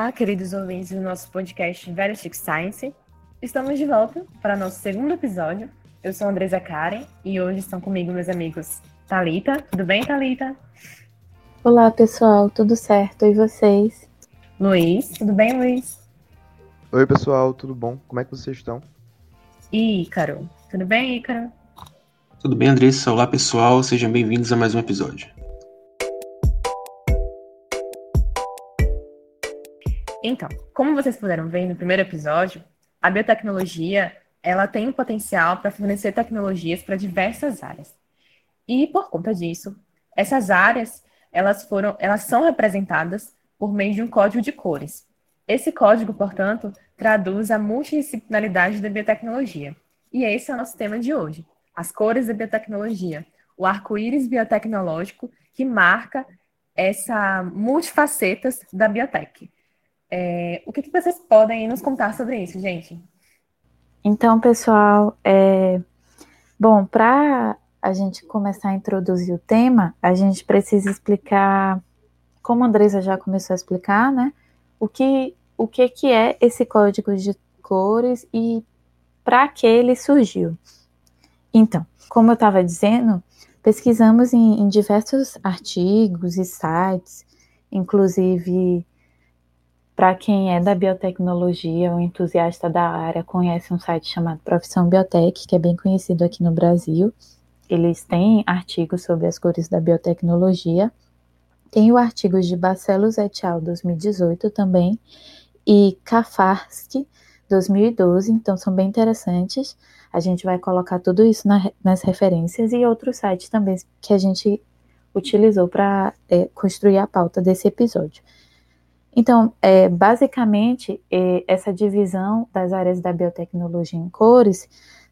Olá, queridos ouvintes do nosso podcast Veristic Science. Estamos de volta para nosso segundo episódio. Eu sou a Andresa Karen e hoje estão comigo meus amigos Thalita. Tudo bem, Thalita? Olá, pessoal. Tudo certo? E vocês? Luiz. Tudo bem, Luiz? Oi, pessoal. Tudo bom? Como é que vocês estão? E Ícaro. Tudo bem, Ícaro? Tudo bem, Andressa? Olá, pessoal. Sejam bem-vindos a mais um episódio. Então, como vocês puderam ver no primeiro episódio, a biotecnologia ela tem um potencial para fornecer tecnologias para diversas áreas. E por conta disso, essas áreas elas são representadas por meio de um código de cores. Esse código, portanto, traduz a multidisciplinaridade da biotecnologia. E esse é o nosso tema de hoje, as cores da biotecnologia, o arco-íris biotecnológico que marca essa multifacetas da biotech. O que vocês podem nos contar sobre isso, gente? Então, pessoal, bom, para a gente começar a introduzir o tema, a gente precisa explicar, como a Andresa já começou a explicar, né, o que é esse código de cores e para que ele surgiu. Então, como eu estava dizendo, pesquisamos em diversos artigos e sites, inclusive para quem é da biotecnologia ou entusiasta da área, conhece um site chamado Profissão Biotech, que é bem conhecido aqui no Brasil. Eles têm artigos sobre as cores da biotecnologia. Tem o artigo de Barcelos et al. 2018 também, e Kafarsky 2012, então são bem interessantes. A gente vai colocar tudo isso nas referências e outros sites também que a gente utilizou para construir a pauta desse episódio. Então, basicamente, essa divisão das áreas da biotecnologia em cores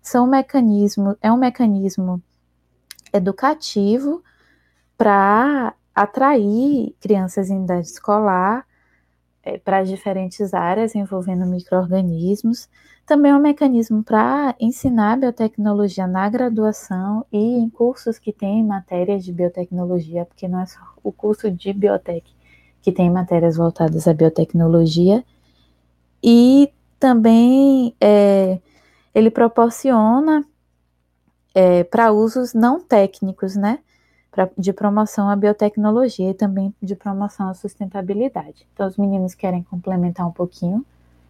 é um mecanismo educativo para atrair crianças em idade escolar para as diferentes áreas envolvendo micro-organismos. Também é um mecanismo para ensinar biotecnologia na graduação e em cursos que têm matérias de biotecnologia, porque não é só o curso de biotec que tem matérias voltadas à biotecnologia, e também ele proporciona para usos não técnicos, né, de promoção à biotecnologia e também de promoção à sustentabilidade. Então, os meninos querem complementar um pouquinho?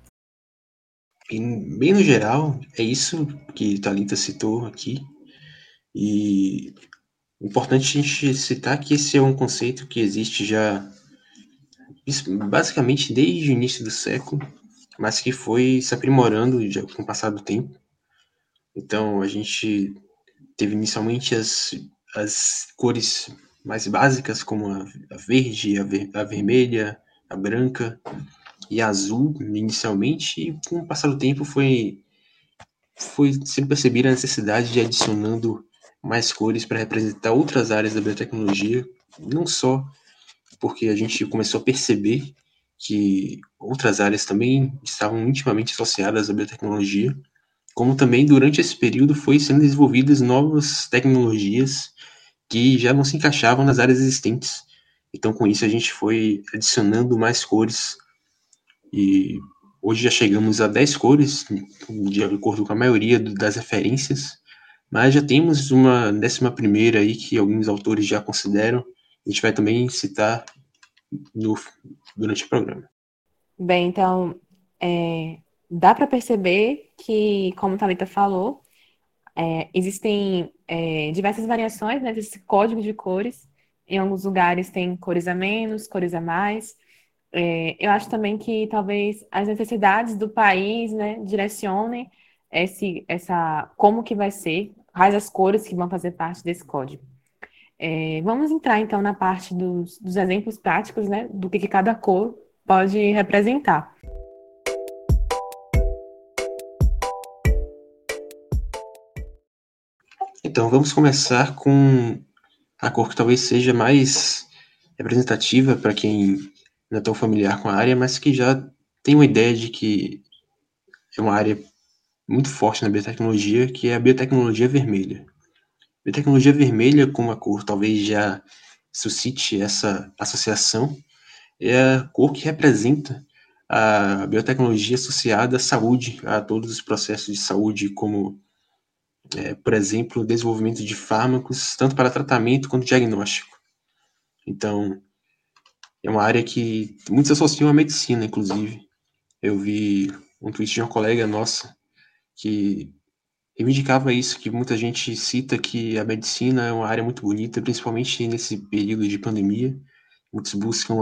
Bem no geral, é isso que Thalita citou aqui, e é importante a gente citar que esse é um conceito que existe já basicamente desde o início do século, mas que foi se aprimorando com o passar do tempo. Então, a gente teve inicialmente as cores mais básicas, como a verde, a vermelha, a branca e a azul, inicialmente, e com o passar do tempo foi sempre percebida a necessidade de adicionando mais cores para representar outras áreas da biotecnologia, não só porque a gente começou a perceber que outras áreas também estavam intimamente associadas à biotecnologia, como também durante esse período foi sendo desenvolvidas novas tecnologias que já não se encaixavam nas áreas existentes. Então, com isso, a gente foi adicionando mais cores e hoje já chegamos a 10 cores, de acordo com a maioria das referências, mas já temos uma 11ª aí que alguns autores já consideram. A gente vai também citar durante o programa. Bem, então, dá para perceber que, como a Thalita falou, existem diversas variações, né, desse código de cores. Em alguns lugares tem cores a menos, cores a mais. Eu acho também que talvez as necessidades do país, né, direcionem como que vai ser, quais as cores que vão fazer parte desse código. Vamos entrar, então, na parte dos exemplos práticos, né, do que cada cor pode representar. Então, vamos começar com a cor que talvez seja mais representativa para quem não é tão familiar com a área, mas que já tem uma ideia de que é uma área muito forte na biotecnologia, que é a biotecnologia vermelha. A biotecnologia vermelha, como a cor talvez já suscite essa associação, é a cor que representa a biotecnologia associada à saúde, a todos os processos de saúde, como, por exemplo, o desenvolvimento de fármacos, tanto para tratamento quanto diagnóstico. Então, é uma área que muitos associam à medicina, inclusive. Eu vi um tweet de uma colega nossa que reivindicava isso, que muita gente cita que a medicina é uma área muito bonita, principalmente nesse período de pandemia. Muitos buscam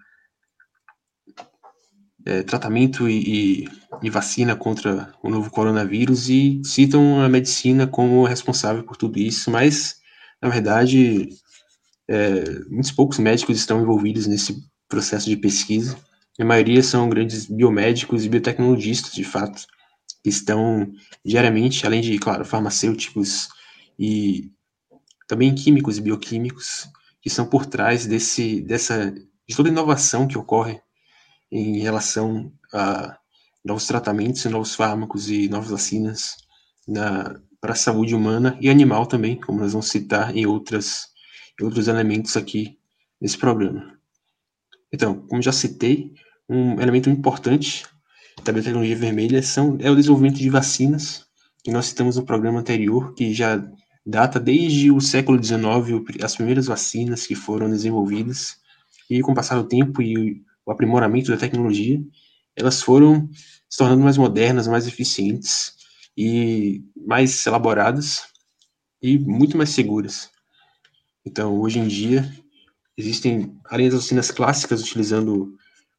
tratamento e vacina contra o novo coronavírus e citam a medicina como responsável por tudo isso, mas, na verdade, muitos poucos médicos estão envolvidos nesse processo de pesquisa. A maioria são grandes biomédicos e biotecnologistas, de fato, que estão diariamente, além de, claro, farmacêuticos e também químicos e bioquímicos, que são por trás de toda a inovação que ocorre em relação a novos tratamentos, novos fármacos e novas vacinas para a saúde humana e animal também, como nós vamos citar em outros elementos aqui nesse programa. Então, como já citei, um elemento importante da biotecnologia vermelha é o desenvolvimento de vacinas, que nós citamos no programa anterior, que já data desde o século XIX, as primeiras vacinas que foram desenvolvidas, e com o passar do tempo e o aprimoramento da tecnologia, elas foram se tornando mais modernas, mais eficientes e mais elaboradas e muito mais seguras. Então, hoje em dia, existem, além das vacinas clássicas, utilizando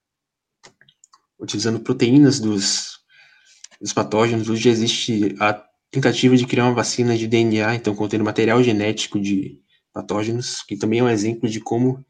proteínas dos patógenos, hoje existe a tentativa de criar uma vacina de DNA, então contendo material genético de patógenos, que também é um exemplo de como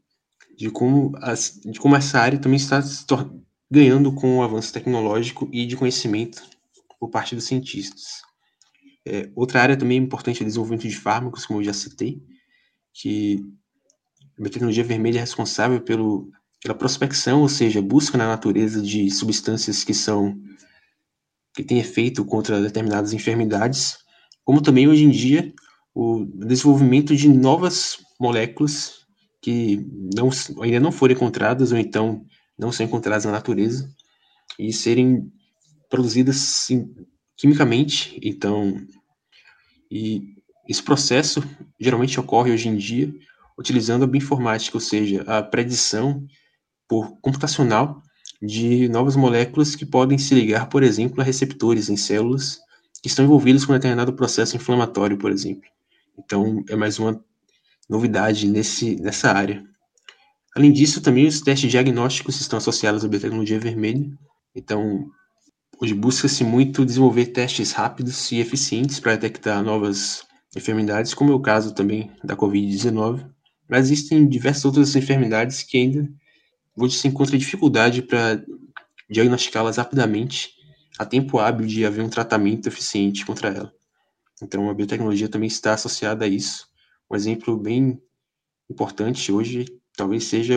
essa área também está ganhando com o avanço tecnológico e de conhecimento por parte dos cientistas. Outra área também importante é o desenvolvimento de fármacos, como eu já citei, que a biotecnologia vermelha é responsável pela prospecção, ou seja, busca na natureza de substâncias que têm efeito contra determinadas enfermidades, como também hoje em dia o desenvolvimento de novas moléculas que ainda não foram encontradas ou então não são encontradas na natureza e serem produzidas quimicamente. Então, e esse processo geralmente ocorre hoje em dia utilizando a bioinformática, ou seja, a predição por computacional de novas moléculas que podem se ligar, por exemplo, a receptores em células que estão envolvidos com um determinado processo inflamatório, por exemplo. Então, é mais uma novidade nessa área. Além disso, também os testes diagnósticos estão associados à biotecnologia vermelha. Então, hoje busca-se muito desenvolver testes rápidos e eficientes para detectar novas enfermidades, como é o caso também da Covid-19. Mas existem diversas outras enfermidades que ainda hoje se encontra dificuldade para diagnosticá-las rapidamente, a tempo hábil de haver um tratamento eficiente contra ela. Então, a biotecnologia também está associada a isso. Um exemplo bem importante hoje talvez seja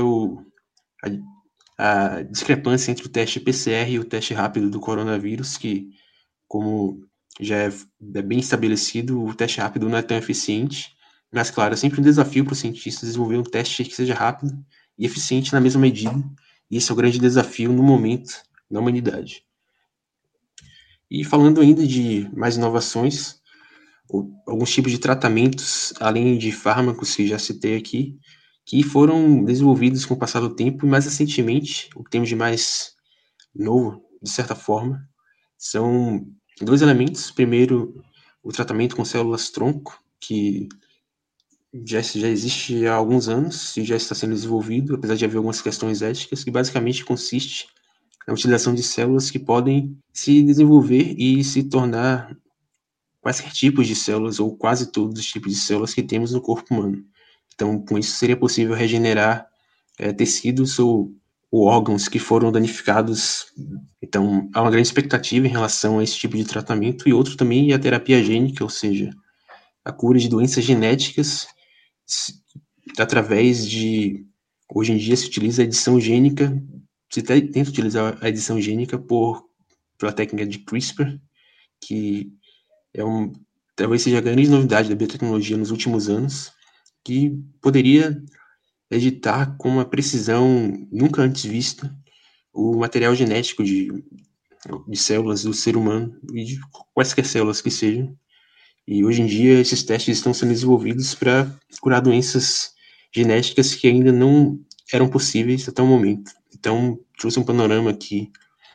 a discrepância entre o teste PCR e o teste rápido do coronavírus, que, como já é bem estabelecido, o teste rápido não é tão eficiente, mas, claro, é sempre um desafio para os cientistas desenvolver um teste que seja rápido e eficiente na mesma medida, e esse é o grande desafio no momento da humanidade. E falando ainda de mais inovações, alguns tipos de tratamentos, além de fármacos que já citei aqui, que foram desenvolvidos com o passar do tempo, e mais recentemente, o que temos de mais novo, de certa forma, são dois elementos. Primeiro, o tratamento com células-tronco, que já existe há alguns anos e já está sendo desenvolvido, apesar de haver algumas questões éticas, que basicamente consiste na utilização de células que podem se desenvolver e se tornar quaisquer tipos de células, ou quase todos os tipos de células que temos no corpo humano. Então, com isso, seria possível regenerar tecidos ou órgãos que foram danificados. Então, há uma grande expectativa em relação a esse tipo de tratamento. E outro também é a terapia gênica, ou seja, a cura de doenças genéticas através de... Hoje em dia se utiliza a edição gênica, se tenta utilizar a edição gênica pela técnica de CRISPR, que talvez seja a grande novidade da biotecnologia nos últimos anos, que poderia editar com uma precisão nunca antes vista o material genético de células do ser humano e de quaisquer células que sejam. E hoje em dia esses testes estão sendo desenvolvidos para curar doenças genéticas que ainda não eram possíveis até o momento. Então, trouxe um panorama aqui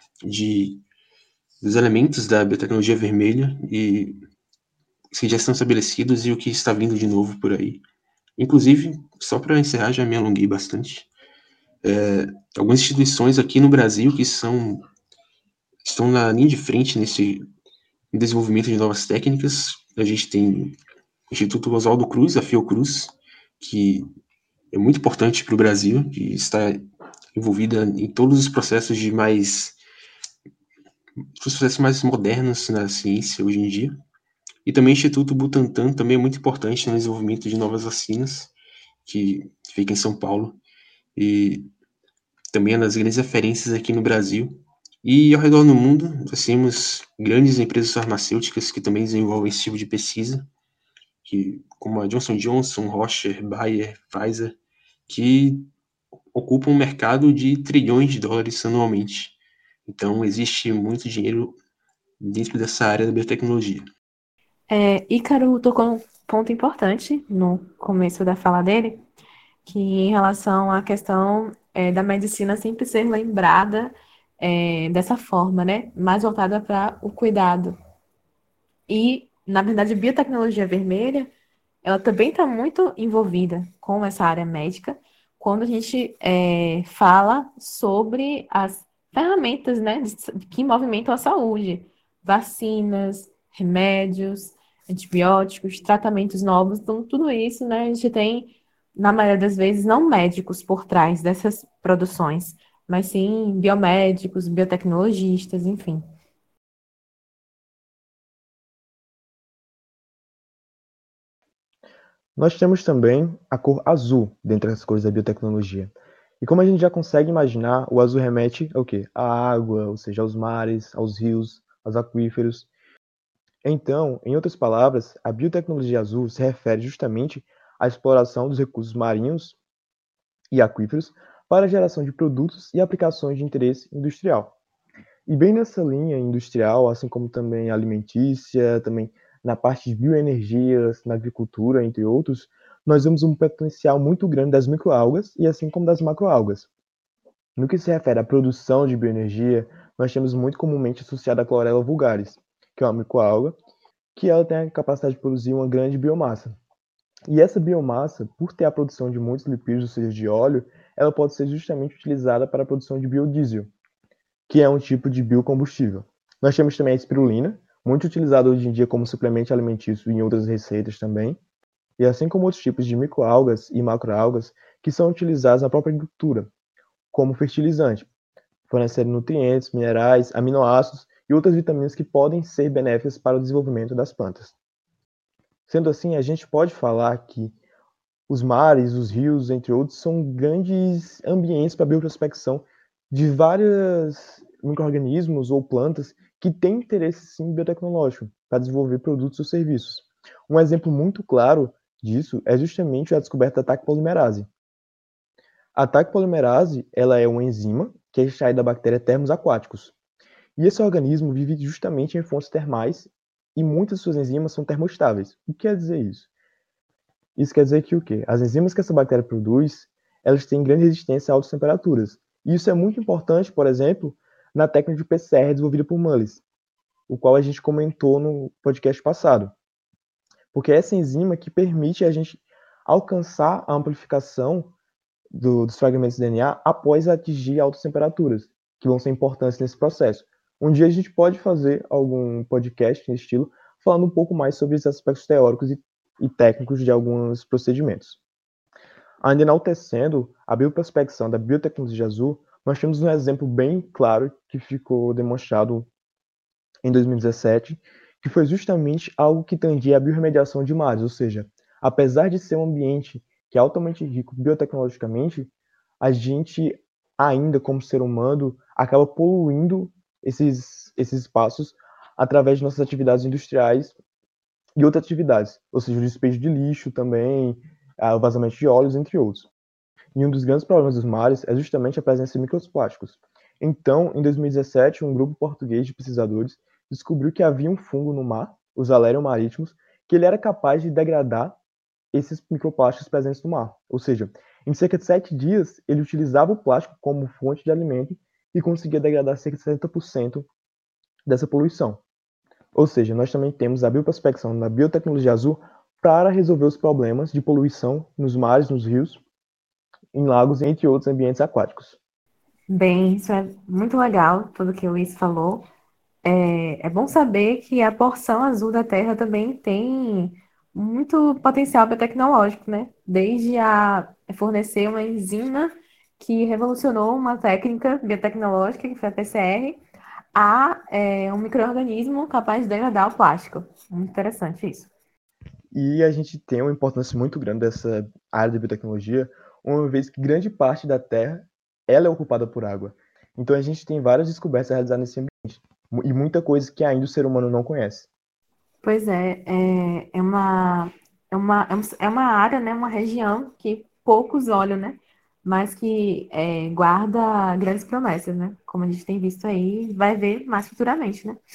dos elementos da biotecnologia vermelha e que já estão estabelecidos e o que está vindo de novo por aí. Inclusive, só para encerrar, já me alonguei bastante, algumas instituições aqui no Brasil que estão na linha de frente nesse desenvolvimento de novas técnicas. A gente tem o Instituto Oswaldo Cruz, a Fiocruz, que é muito importante para o Brasil, que está envolvida em todos os processos mais modernos na ciência hoje em dia. E também o Instituto Butantan, também é muito importante no desenvolvimento de novas vacinas, que fica em São Paulo, e também é das grandes referências aqui no Brasil. E ao redor do mundo, nós temos grandes empresas farmacêuticas que também desenvolvem esse tipo de pesquisa, como a Johnson Johnson, Roche, Bayer, Pfizer, que ocupam um mercado de trilhões de dólares anualmente. Então, existe muito dinheiro dentro dessa área da biotecnologia. Ícaro tocou um ponto importante no começo da fala dele, que em relação à questão da medicina sempre ser lembrada dessa forma, né? Mais voltada para o cuidado. E, na verdade, a biotecnologia vermelha, ela também está muito envolvida com essa área médica, quando a gente fala sobre as ferramentas, né, que movimentam a saúde, vacinas, remédios, antibióticos, tratamentos novos, então tudo isso, né, a gente tem, na maioria das vezes, não médicos por trás dessas produções, mas sim biomédicos, biotecnologistas, enfim. Nós temos também a cor azul dentre as cores da biotecnologia. E como a gente já consegue imaginar, o azul remete ao quê? À água, ou seja, aos mares, aos rios, aos aquíferos. Então, em outras palavras, a biotecnologia azul se refere justamente à exploração dos recursos marinhos e aquíferos para a geração de produtos e aplicações de interesse industrial. E bem nessa linha industrial, assim como também alimentícia, também na parte de bioenergias, na agricultura, entre outros, nós vemos um potencial muito grande das microalgas e assim como das macroalgas. No que se refere à produção de bioenergia, nós temos muito comumente associada a chlorella vulgaris, que é uma microalga, que ela tem a capacidade de produzir uma grande biomassa. E essa biomassa, por ter a produção de muitos lipídios, ou seja, de óleo, ela pode ser justamente utilizada para a produção de biodiesel, que é um tipo de biocombustível. Nós temos também a espirulina, muito utilizada hoje em dia como suplemento alimentício e em outras receitas também, e assim como outros tipos de microalgas e macroalgas que são utilizadas na própria agricultura, como fertilizante, fornecendo nutrientes, minerais, aminoácidos e outras vitaminas que podem ser benéficas para o desenvolvimento das plantas. Sendo assim, a gente pode falar que os mares, os rios, entre outros, são grandes ambientes para a bioprospecção de vários micro-organismos ou plantas que têm interesse sim biotecnológico para desenvolver produtos ou serviços. Um exemplo muito claro disso é justamente a descoberta da TAC polimerase. A TAC polimerase ela é uma enzima que é extraída da bactéria Thermus aquaticus. E esse organismo vive justamente em fontes termais e muitas de suas enzimas são termostáveis. O que quer dizer isso? Isso quer dizer que o quê? As enzimas que essa bactéria produz, elas têm grande resistência a altas temperaturas. E isso é muito importante, por exemplo, na técnica de PCR desenvolvida por Mullis, o qual a gente comentou no podcast passado. Porque é essa enzima que permite a gente alcançar a amplificação dos fragmentos de DNA após atingir altas temperaturas, que vão ser importantes nesse processo. Um dia a gente pode fazer algum podcast nesse estilo, falando um pouco mais sobre esses aspectos teóricos e técnicos de alguns procedimentos. Ainda enaltecendo a bioprospecção da biotecnologia azul, nós temos um exemplo bem claro que ficou demonstrado em 2017, que foi justamente algo que tangia a biorremediação de mares, ou seja, apesar de ser um ambiente que é altamente rico biotecnologicamente, a gente ainda, como ser humano, acaba poluindo esses espaços através de nossas atividades industriais e outras atividades, ou seja, o despejo de lixo também, o vazamento de óleos, entre outros. E um dos grandes problemas dos mares é justamente a presença de microplásticos. Então, em 2017, um grupo português de pesquisadores descobriu que havia um fungo no mar, os Alerium marítimos, que ele era capaz de degradar esses microplásticos presentes no mar. Ou seja, em cerca de 7 dias, ele utilizava o plástico como fonte de alimento e conseguia degradar cerca de 70% dessa poluição. Ou seja, nós também temos a bioprospecção na biotecnologia azul para resolver os problemas de poluição nos mares, nos rios, em lagos, entre outros ambientes aquáticos. Bem, isso é muito legal, tudo que o Luiz falou. É bom saber que a porção azul da Terra também tem muito potencial biotecnológico, né? Desde a fornecer uma enzima que revolucionou uma técnica biotecnológica, que foi a PCR, um micro-organismo capaz de degradar o plástico. Muito interessante isso. E a gente tem uma importância muito grande dessa área de biotecnologia, uma vez que grande parte da Terra ela é ocupada por água. Então a gente tem várias descobertas a realizar nesse ambiente e muita coisa que ainda o ser humano não conhece. Pois é uma área, né, uma região que poucos olham, né, mas que guarda grandes promessas, né, como a gente tem visto aí, vai ver mais futuramente, né.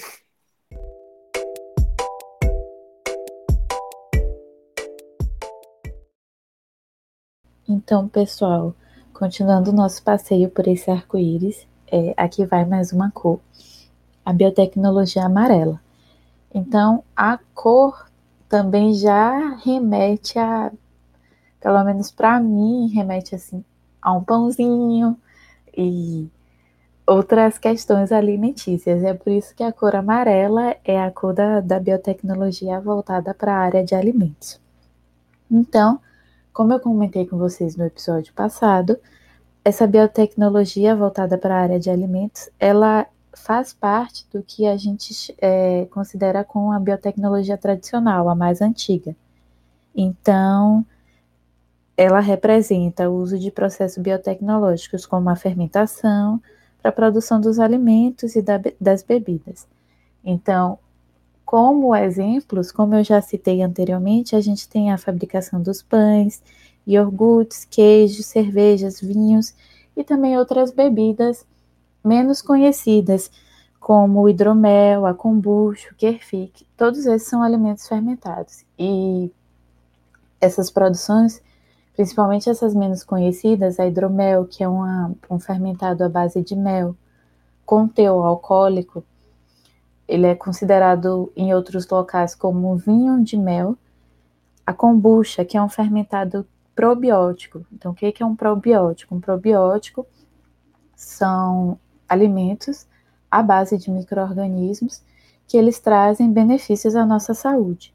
Então, pessoal, continuando o nosso passeio por esse arco-íris, aqui vai mais uma cor, a biotecnologia amarela. Então, a cor também já remete pelo menos para mim, remete assim a um pãozinho e outras questões alimentícias. É por isso que a cor amarela é a cor da biotecnologia voltada para a área de alimentos. Então, como eu comentei com vocês no episódio passado, essa biotecnologia voltada para a área de alimentos, ela faz parte do que a gente considera como a biotecnologia tradicional, a mais antiga. Então, ela representa o uso de processos biotecnológicos como a fermentação para a produção dos alimentos e das bebidas. Então, como exemplos, como eu já citei anteriormente, a gente tem a fabricação dos pães, iogurtes, queijos, cervejas, vinhos e também outras bebidas menos conhecidas, como o hidromel, a kombucha, o kefir, todos esses são alimentos fermentados. E essas produções, principalmente essas menos conhecidas, a hidromel, que é um fermentado à base de mel, com teor alcoólico, ele é considerado em outros locais como vinho de mel. A kombucha, que é um fermentado probiótico. Então, o que é um probiótico? Um probiótico são alimentos à base de micro-organismos que eles trazem benefícios à nossa saúde.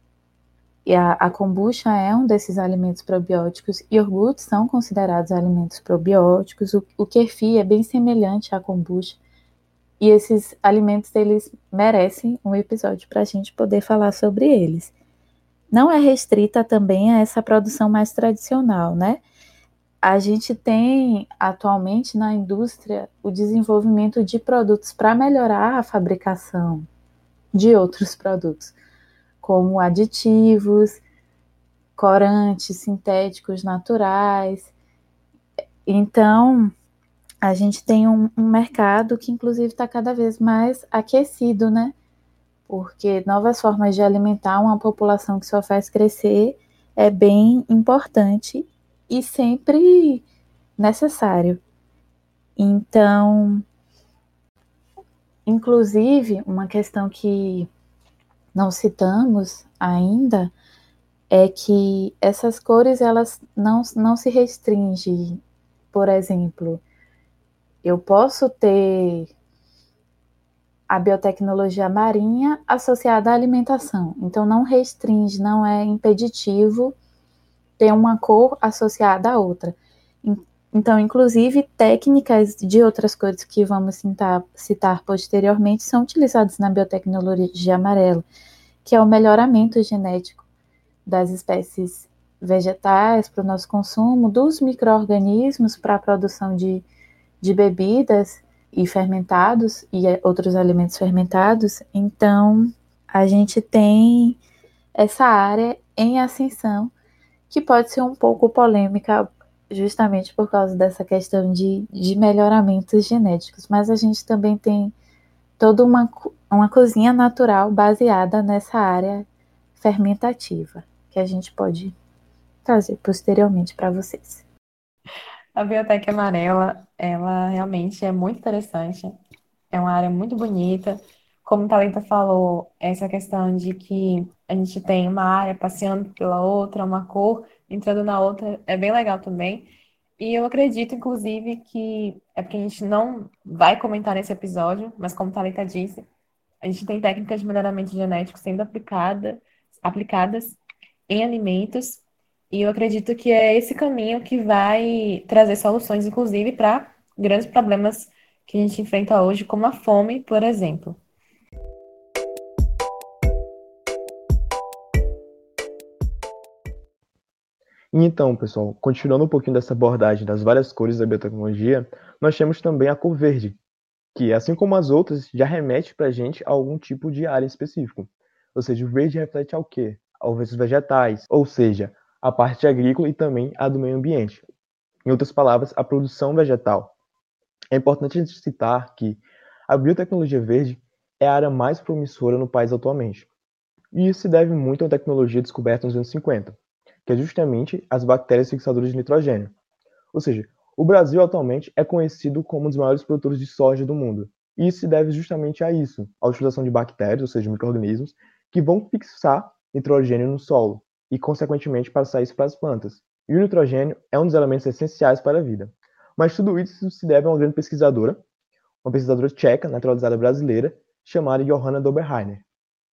E a kombucha é um desses alimentos probióticos. Iogurtes são considerados alimentos probióticos. O kefir é bem semelhante à kombucha. E esses alimentos, eles merecem um episódio para a gente poder falar sobre eles. Não é restrita também a essa produção mais tradicional, né? A gente tem atualmente na indústria o desenvolvimento de produtos para melhorar a fabricação de outros produtos, como aditivos, corantes sintéticos naturais. Então, a gente tem um mercado que, inclusive, está cada vez mais aquecido, né? Porque novas formas de alimentar uma população que só faz crescer é bem importante e sempre necessário. Então, inclusive, uma questão que não citamos ainda é que essas cores, elas não se restringem. Por exemplo, eu posso ter a biotecnologia marinha associada à alimentação. Então, não restringe, não é impeditivo ter uma cor associada a outra. Então, inclusive, técnicas de outras cores que vamos citar posteriormente são utilizadas na biotecnologia amarela, que é o melhoramento genético das espécies vegetais para o nosso consumo, dos micro-organismos para a produção de bebidas e fermentados e outros alimentos fermentados. Então, a gente tem essa área em ascensão que pode ser um pouco polêmica justamente por causa dessa questão de melhoramentos genéticos, mas a gente também tem toda uma cozinha natural baseada nessa área fermentativa, que a gente pode trazer posteriormente para vocês. A biotec amarela, ela realmente é muito interessante. É uma área muito bonita. Como o Thalita falou, essa questão de que a gente tem uma área passeando pela outra, uma cor entrando na outra, é bem legal também. E eu acredito, inclusive, que é porque a gente não vai comentar nesse episódio, mas como a Thalita disse, a gente tem técnicas de melhoramento genético sendo aplicadas em alimentos, e eu acredito que é esse caminho que vai trazer soluções, inclusive, para grandes problemas que a gente enfrenta hoje, como a fome, por exemplo. E então, pessoal, continuando um pouquinho dessa abordagem das várias cores da biotecnologia, nós temos também a cor verde, que, assim como as outras, já remete para a gente a algum tipo de área específico. Ou seja, o verde reflete ao quê? Aos vegetais, ou seja, a parte agrícola e também a do meio ambiente. Em outras palavras, a produção vegetal. É importante a gente citar que a biotecnologia verde é a área mais promissora no país atualmente. E isso se deve muito à tecnologia descoberta nos anos 50, que é justamente as bactérias fixadoras de nitrogênio. Ou seja, o Brasil atualmente é conhecido como um dos maiores produtores de soja do mundo. E isso se deve justamente a isso, à utilização de bactérias, ou seja, micro-organismos, que vão fixar nitrogênio no solo e, consequentemente, passar isso para as plantas. E o nitrogênio é um dos elementos essenciais para a vida. Mas tudo isso se deve a uma grande pesquisadora, uma pesquisadora tcheca, naturalizada brasileira, chamada Johanna Doberheiner.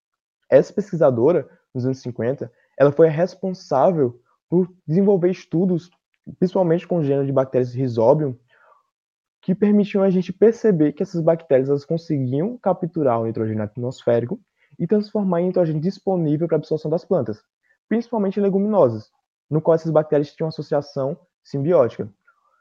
Essa pesquisadora, nos anos 50, ela foi a responsável por desenvolver estudos, principalmente com o gênero de bactérias Rhizobium, que permitiam a gente perceber que essas bactérias elas conseguiam capturar o nitrogênio atmosférico e transformar em nitrogênio disponível para a absorção das plantas, principalmente leguminosas, no qual essas bactérias tinham associação simbiótica.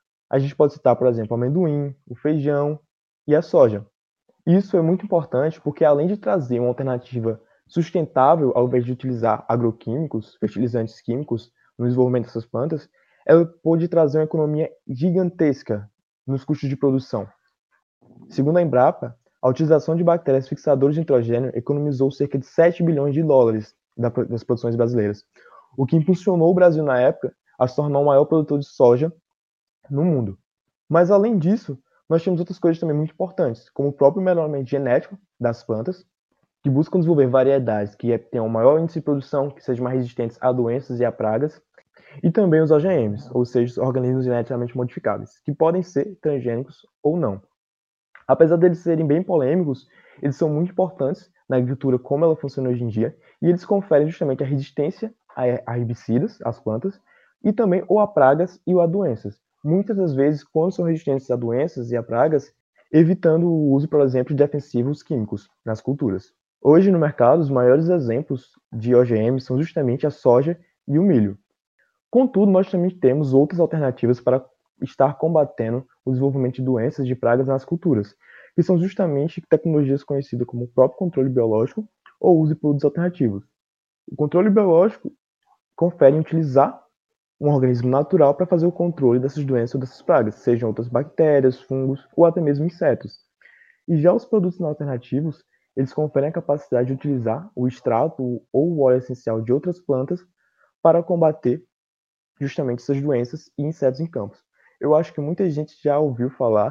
A gente pode citar, por exemplo, o amendoim, o feijão e a soja. Isso é muito importante porque, além de trazer uma alternativa sustentável ao invés de utilizar agroquímicos, fertilizantes químicos no desenvolvimento dessas plantas, ela pode trazer uma economia gigantesca nos custos de produção. Segundo a Embrapa, a utilização de bactérias fixadoras de nitrogênio economizou cerca de 7 bilhões de dólares das produções brasileiras, o que impulsionou o Brasil na época a se tornar o maior produtor de soja no mundo. Mas, além disso, nós temos outras coisas também muito importantes, como o próprio melhoramento genético das plantas, que buscam desenvolver variedades que tenham um maior índice de produção, que sejam mais resistentes a doenças e a pragas, e também os OGMs, ou seja, os organismos geneticamente modificáveis, que podem ser transgênicos ou não. Apesar deles serem bem polêmicos, eles são muito importantes na agricultura como ela funciona hoje em dia, e eles conferem justamente a resistência a herbicidas, às plantas, e também ou a pragas e ou a doenças. Muitas das vezes, quando são resistentes a doenças e a pragas, evitando o uso, por exemplo, de defensivos químicos nas culturas. Hoje, no mercado, os maiores exemplos de OGM são justamente a soja e o milho. Contudo, nós também temos outras alternativas para estar combatendo o desenvolvimento de doenças de pragas nas culturas, que são justamente tecnologias conhecidas como o próprio controle biológico ou uso de produtos alternativos. O controle biológico confere em utilizar um organismo natural para fazer o controle dessas doenças ou dessas pragas, sejam outras bactérias, fungos ou até mesmo insetos. E já os produtos não alternativos, eles conferem a capacidade de utilizar o extrato ou o óleo essencial de outras plantas para combater justamente essas doenças e insetos em campos. Eu acho que muita gente já ouviu falar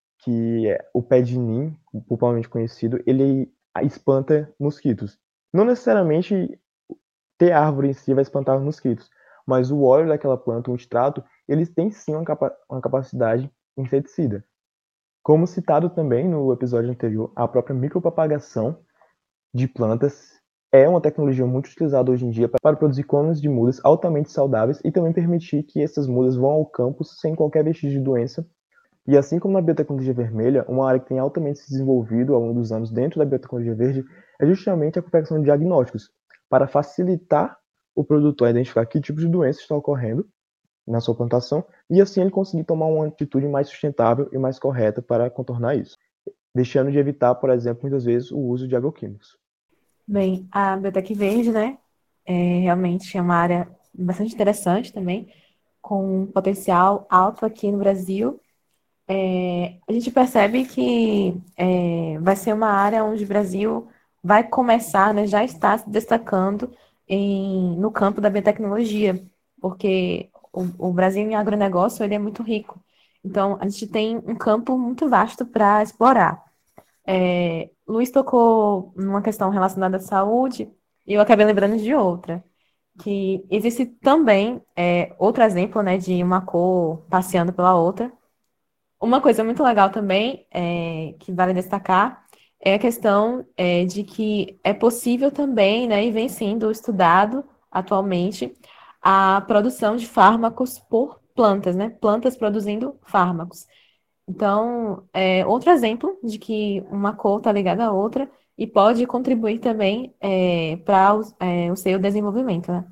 que o pé de nim, popularmente conhecido, ele espanta mosquitos. Não necessariamente ter árvore em si vai espantar os mosquitos, mas o óleo daquela planta, o extrato, eles têm sim uma capacidade inseticida. Como citado também no episódio anterior, a própria micropropagação de plantas é uma tecnologia muito utilizada hoje em dia para produzir clones de mudas altamente saudáveis e também permitir que essas mudas vão ao campo sem qualquer vestígio de doença. E assim como na biotecnologia vermelha, uma área que tem altamente se desenvolvido ao longo dos anos dentro da biotecnologia verde é justamente a confecção de diagnósticos, para facilitar o produtor a identificar que tipo de doença está ocorrendo na sua plantação e assim ele conseguir tomar uma atitude mais sustentável e mais correta para contornar isso, deixando de evitar, por exemplo, muitas vezes o uso de agroquímicos. Bem, a biotec verde, né, realmente é uma área bastante interessante também, com um potencial alto aqui no Brasil. A gente percebe que vai ser uma área onde o Brasil vai começar, né, já está se destacando no campo da biotecnologia, porque o Brasil em agronegócio ele é muito rico. Então, a gente tem um campo muito vasto para explorar. Luiz tocou numa questão relacionada à saúde e eu acabei lembrando de outra, que existe também outro exemplo, né, de uma cor passeando pela outra. Uma coisa muito legal também, que vale destacar, é a questão de que é possível também, né, e vem sendo estudado atualmente, a produção de fármacos por plantas, né? Plantas produzindo fármacos. Então, outro exemplo de que uma cor está ligada à outra e pode contribuir também para o seu desenvolvimento, né?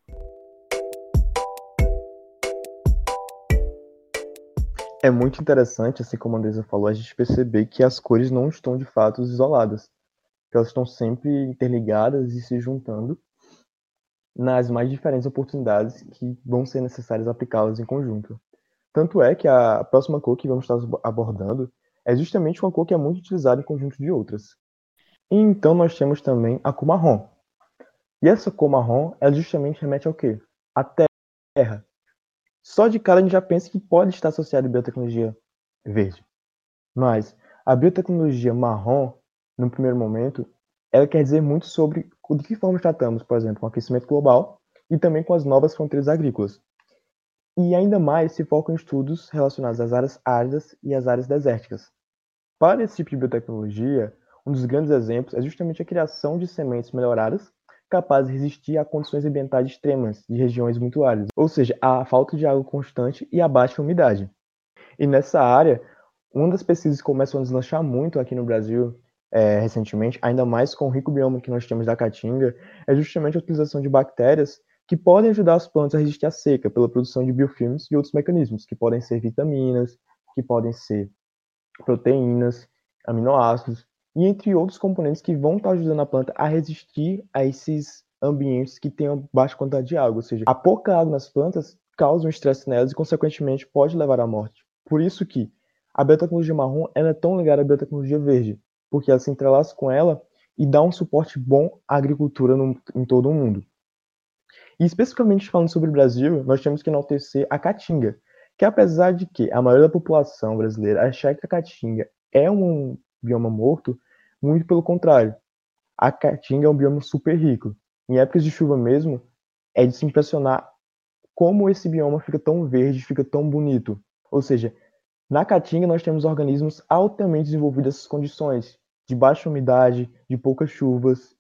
É muito interessante, assim como a Andresa falou, a gente perceber que as cores não estão de fato isoladas, que elas estão sempre interligadas e se juntando nas mais diferentes oportunidades que vão ser necessárias aplicá-las em conjunto. Tanto é que a próxima cor que vamos estar abordando é justamente uma cor que é muito utilizada em conjunto de outras. E então nós temos também a cor marrom. E essa cor marrom, ela justamente remete ao quê? À terra. Só de cara a gente já pensa que pode estar associado à biotecnologia verde. Mas a biotecnologia marrom, no primeiro momento, ela quer dizer muito sobre de que forma tratamos, por exemplo, com o aquecimento global e também com as novas fronteiras agrícolas. E ainda mais se foca em estudos relacionados às áreas áridas e às áreas desérticas. Para esse tipo de biotecnologia, um dos grandes exemplos é justamente a criação de sementes melhoradas capazes de resistir a condições ambientais extremas de regiões muito áridas, ou seja, a falta de água constante e a baixa umidade. E nessa área, uma das pesquisas que começam a deslanchar muito aqui no Brasil recentemente, ainda mais com o rico bioma que nós temos da Caatinga, é justamente a utilização de bactérias que podem ajudar as plantas a resistir à seca pela produção de biofilmes e outros mecanismos, que podem ser vitaminas, que podem ser proteínas, aminoácidos, e entre outros componentes que vão estar ajudando a planta a resistir a esses ambientes que tenham baixa quantidade de água. Ou seja, a pouca água nas plantas causa um estresse nelas e, consequentemente, pode levar à morte. Por isso que a biotecnologia marrom ela é tão ligada à biotecnologia verde, porque ela se entrelaça com ela e dá um suporte bom à agricultura em todo o mundo. E especificamente falando sobre o Brasil, nós temos que enaltecer a caatinga, que apesar de que a maioria da população brasileira achar que a caatinga é um bioma morto, muito pelo contrário. A caatinga é um bioma super rico. Em épocas de chuva mesmo, é de se impressionar como esse bioma fica tão verde, fica tão bonito. Ou seja, na caatinga nós temos organismos altamente desenvolvidos nessas condições, de baixa umidade, de poucas chuvas.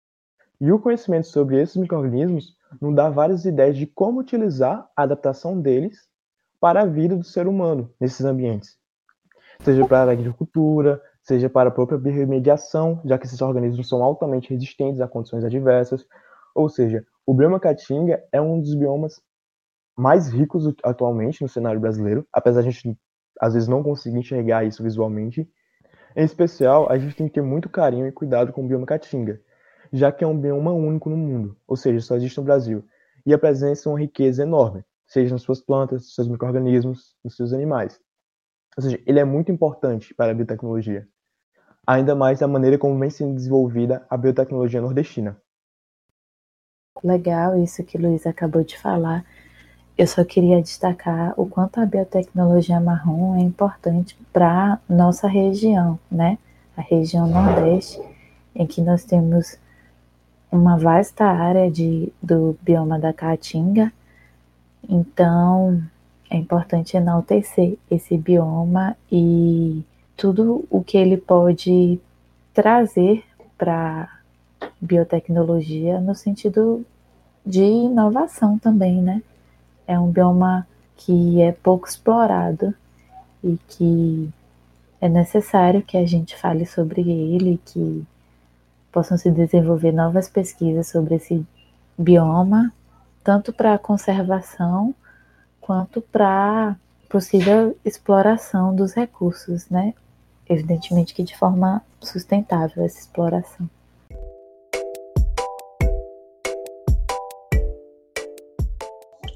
E o conhecimento sobre esses micro-organismos nos dá várias ideias de como utilizar a adaptação deles para a vida do ser humano nesses ambientes. Seja para a agricultura, seja para a própria biorremediação, já que esses organismos são altamente resistentes a condições adversas. Ou seja, o bioma caatinga é um dos biomas mais ricos atualmente no cenário brasileiro, apesar de a gente às vezes não conseguir enxergar isso visualmente. Em especial, a gente tem que ter muito carinho e cuidado com o bioma caatinga, já que é um bioma único no mundo, ou seja, só existe no Brasil, e apresenta uma riqueza enorme, seja nas suas plantas, nos seus micro-organismos, nos seus animais. Ou seja, ele é muito importante para a biotecnologia, ainda mais da maneira como vem sendo desenvolvida a biotecnologia nordestina. Legal isso que o Luiz acabou de falar. Eu só queria destacar o quanto a biotecnologia marrom é importante para nossa região, né? A região Nordeste, em que nós temos uma vasta área do bioma da Caatinga. Então, é importante enaltecer esse bioma e tudo o que ele pode trazer para biotecnologia no sentido de inovação também, né? É um bioma que é pouco explorado e que é necessário que a gente fale sobre ele, que possam se desenvolver novas pesquisas sobre esse bioma, tanto para a conservação quanto para possível exploração dos recursos, né? Evidentemente que de forma sustentável essa exploração.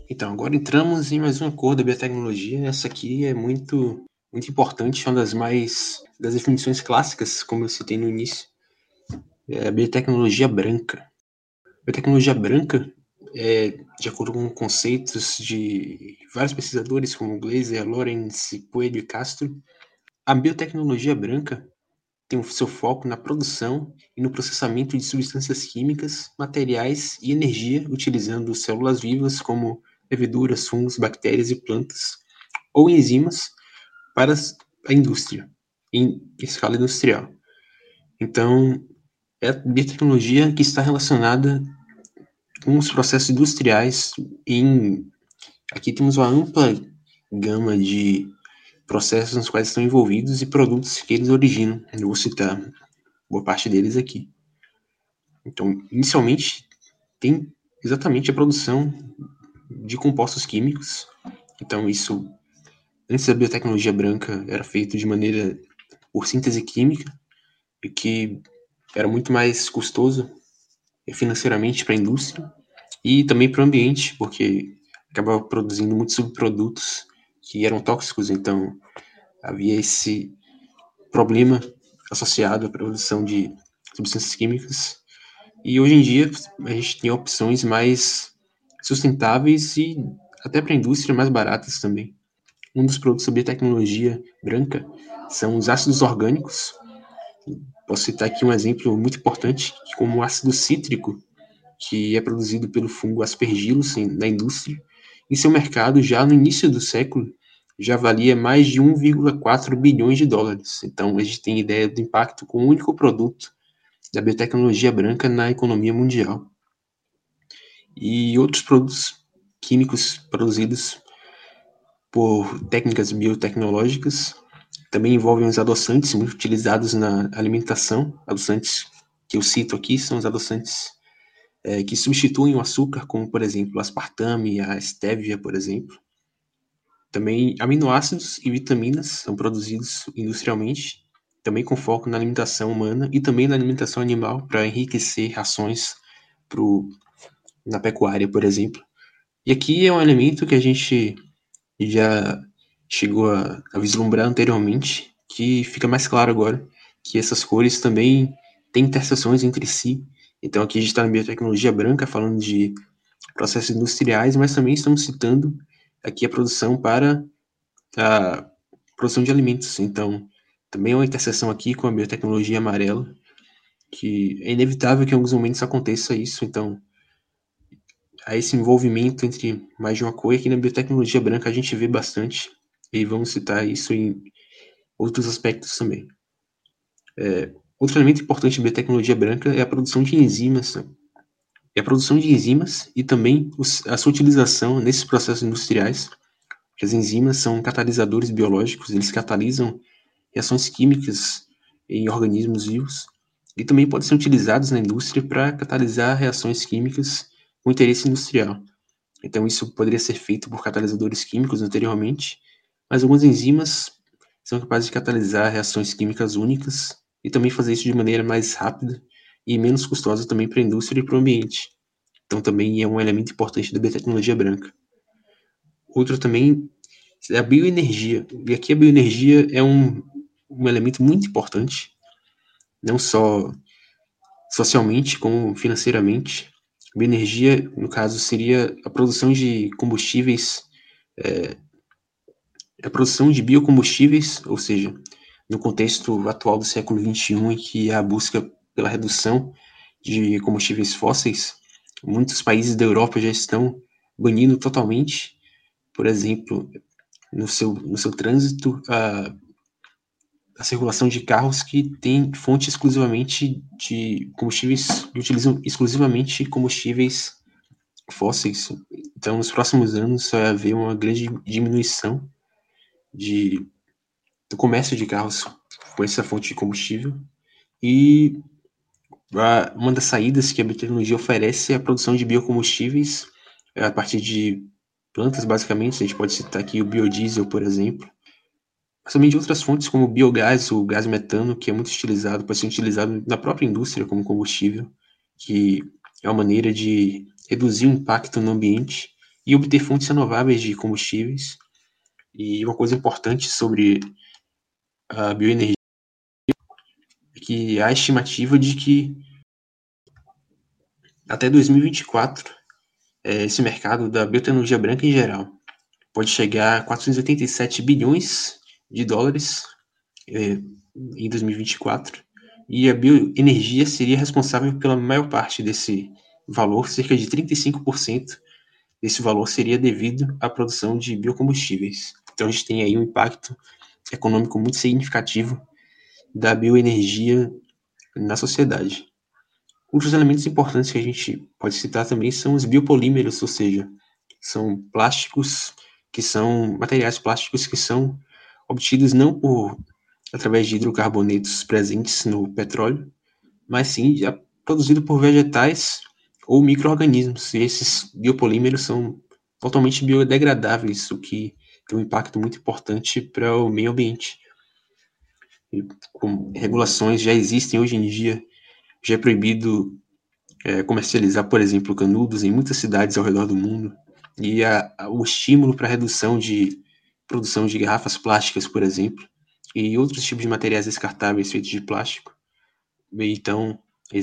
Então, agora entramos em mais uma cor da biotecnologia. Essa aqui é muito, muito importante, é uma das definições clássicas, como eu citei no início, é a biotecnologia branca. A biotecnologia branca, de acordo com conceitos de vários pesquisadores, como Glaser, Lawrence, Coelho e Castro, a biotecnologia branca tem o seu foco na produção e no processamento de substâncias químicas, materiais e energia, utilizando células vivas como leveduras, fungos, bactérias e plantas, ou enzimas para a indústria, em escala industrial. Então, é a biotecnologia que está relacionada com os processos industriais. Aqui temos uma ampla gama de processos nos quais estão envolvidos e produtos que eles originam. Eu vou citar boa parte deles aqui. Então, inicialmente, tem exatamente a produção de compostos químicos. Então, isso, antes da biotecnologia branca, era feito de maneira por síntese química, e que era muito mais custoso financeiramente para a indústria e também para o ambiente, porque acabava produzindo muitos subprodutos que eram tóxicos. Então, havia esse problema associado à produção de substâncias químicas. E hoje em dia a gente tem opções mais sustentáveis e até para a indústria mais baratas também. Um dos produtos da biotecnologia branca são os ácidos orgânicos. Posso citar aqui um exemplo muito importante, como o ácido cítrico, que é produzido pelo fungo Aspergillus na indústria. Em seu mercado, já no início do século, já valia mais de 1,4 bilhões de dólares. Então, a gente tem ideia do impacto com um único produto da biotecnologia branca na economia mundial. E outros produtos químicos produzidos por técnicas biotecnológicas também envolvem os adoçantes muito utilizados na alimentação. Adoçantes que eu cito aqui são os adoçantes que substituem o açúcar, como, por exemplo, o aspartame, a stevia, por exemplo. Também aminoácidos e vitaminas são produzidos industrialmente, também com foco na alimentação humana e também na alimentação animal, para enriquecer rações na pecuária, por exemplo. E aqui é um elemento que a gente já chegou a vislumbrar anteriormente, que fica mais claro agora, que essas cores também têm interseções entre si. Então aqui a gente está na biotecnologia branca, falando de processos industriais, mas também estamos citando aqui a produção para a produção de alimentos. Então, também é uma interseção aqui com a biotecnologia amarela, que é inevitável que em alguns momentos aconteça isso. Então, há esse envolvimento entre mais de uma cor, e aqui na biotecnologia branca a gente vê bastante, e vamos citar isso em outros aspectos também. Outro elemento importante da biotecnologia branca é a produção de enzimas, né? E a produção de enzimas e também a sua utilização nesses processos industriais. As enzimas são catalisadores biológicos, eles catalisam reações químicas em organismos vivos e também podem ser utilizados na indústria para catalisar reações químicas com interesse industrial. Então, isso poderia ser feito por catalisadores químicos anteriormente, mas algumas enzimas são capazes de catalisar reações químicas únicas e também fazer isso de maneira mais rápida e menos custosa também para a indústria e para o ambiente. Então, também é um elemento importante da biotecnologia branca. Outro também é a bioenergia. E aqui a bioenergia é um elemento muito importante, não só socialmente, como financeiramente. Bioenergia, no caso, seria a produção de combustíveis, a produção de biocombustíveis, ou seja, no contexto atual do século XXI, em que há a busca pela redução de combustíveis fósseis, muitos países da Europa já estão banindo totalmente, por exemplo, no seu trânsito, a circulação de carros que têm fonte exclusivamente de combustíveis, que utilizam exclusivamente combustíveis fósseis. Então, nos próximos anos, vai haver uma grande diminuição do comércio de carros com essa fonte de combustível. E uma das saídas que a biotecnologia oferece é a produção de biocombustíveis a partir de plantas, basicamente. A gente pode citar aqui o biodiesel, por exemplo, mas também de outras fontes como o biogás, o gás metano, que é muito utilizado, pode ser utilizado na própria indústria como combustível, que é uma maneira de reduzir o impacto no ambiente e obter fontes renováveis de combustíveis. E uma coisa importante sobre a bioenergia é que há a estimativa de que até 2024, esse mercado da biotecnologia branca em geral pode chegar a 487 bilhões de dólares em 2024, e a bioenergia seria responsável pela maior parte desse valor, cerca de 35% desse valor seria devido à produção de biocombustíveis. Então a gente tem aí um impacto econômico muito significativo da bioenergia na sociedade. Outros elementos importantes que a gente pode citar também são os biopolímeros, ou seja, são plásticos que são materiais plásticos que são obtidos não através de hidrocarbonetos presentes no petróleo, mas sim produzido por vegetais ou micro-organismos. E esses biopolímeros são totalmente biodegradáveis, o que tem um impacto muito importante para o meio ambiente. E, com regulações já existem hoje em dia, já é proibido comercializar, por exemplo, canudos em muitas cidades ao redor do mundo. E o estímulo para a redução de produção de garrafas plásticas, por exemplo, e outros tipos de materiais descartáveis feitos de plástico. Então,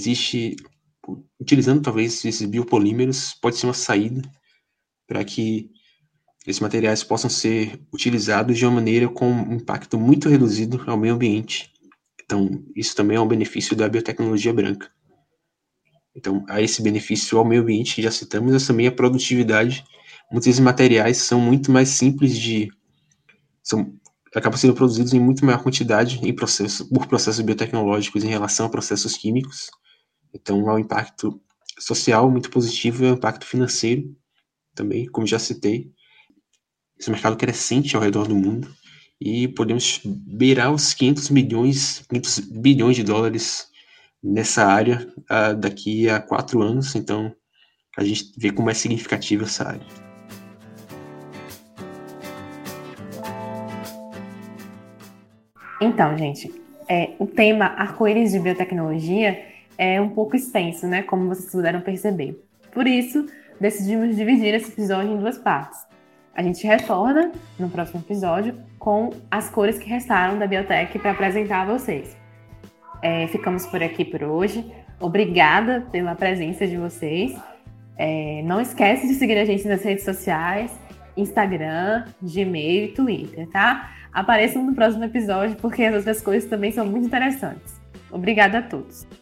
utilizando talvez esses biopolímeros, pode ser uma saída para que esses materiais possam ser utilizados de uma maneira com um impacto muito reduzido ao meio ambiente. Então, isso também é um benefício da biotecnologia branca. Então, há esse benefício ao meio ambiente que já citamos, mas também a produtividade. Muitos desses materiais são muito mais simples acabam sendo produzidos em muito maior quantidade por processos biotecnológicos em relação a processos químicos. Então, há um impacto social muito positivo e um impacto financeiro também, como já citei. Esse mercado crescente ao redor do mundo e podemos beirar os 500 bilhões de dólares nessa área daqui a 4 anos. Então, a gente vê como é significativa essa área. Então, gente, o tema arco-íris de biotecnologia é um pouco extenso, né? Como vocês puderam perceber. Por isso, decidimos dividir esse episódio em 2 partes. A gente retorna no próximo episódio com as cores que restaram da biotech para apresentar a vocês. Ficamos por aqui por hoje. Obrigada pela presença de vocês. Não esquece de seguir a gente nas redes sociais, Instagram, Gmail e Twitter, tá? Apareçam no próximo episódio porque as outras coisas também são muito interessantes. Obrigada a todos.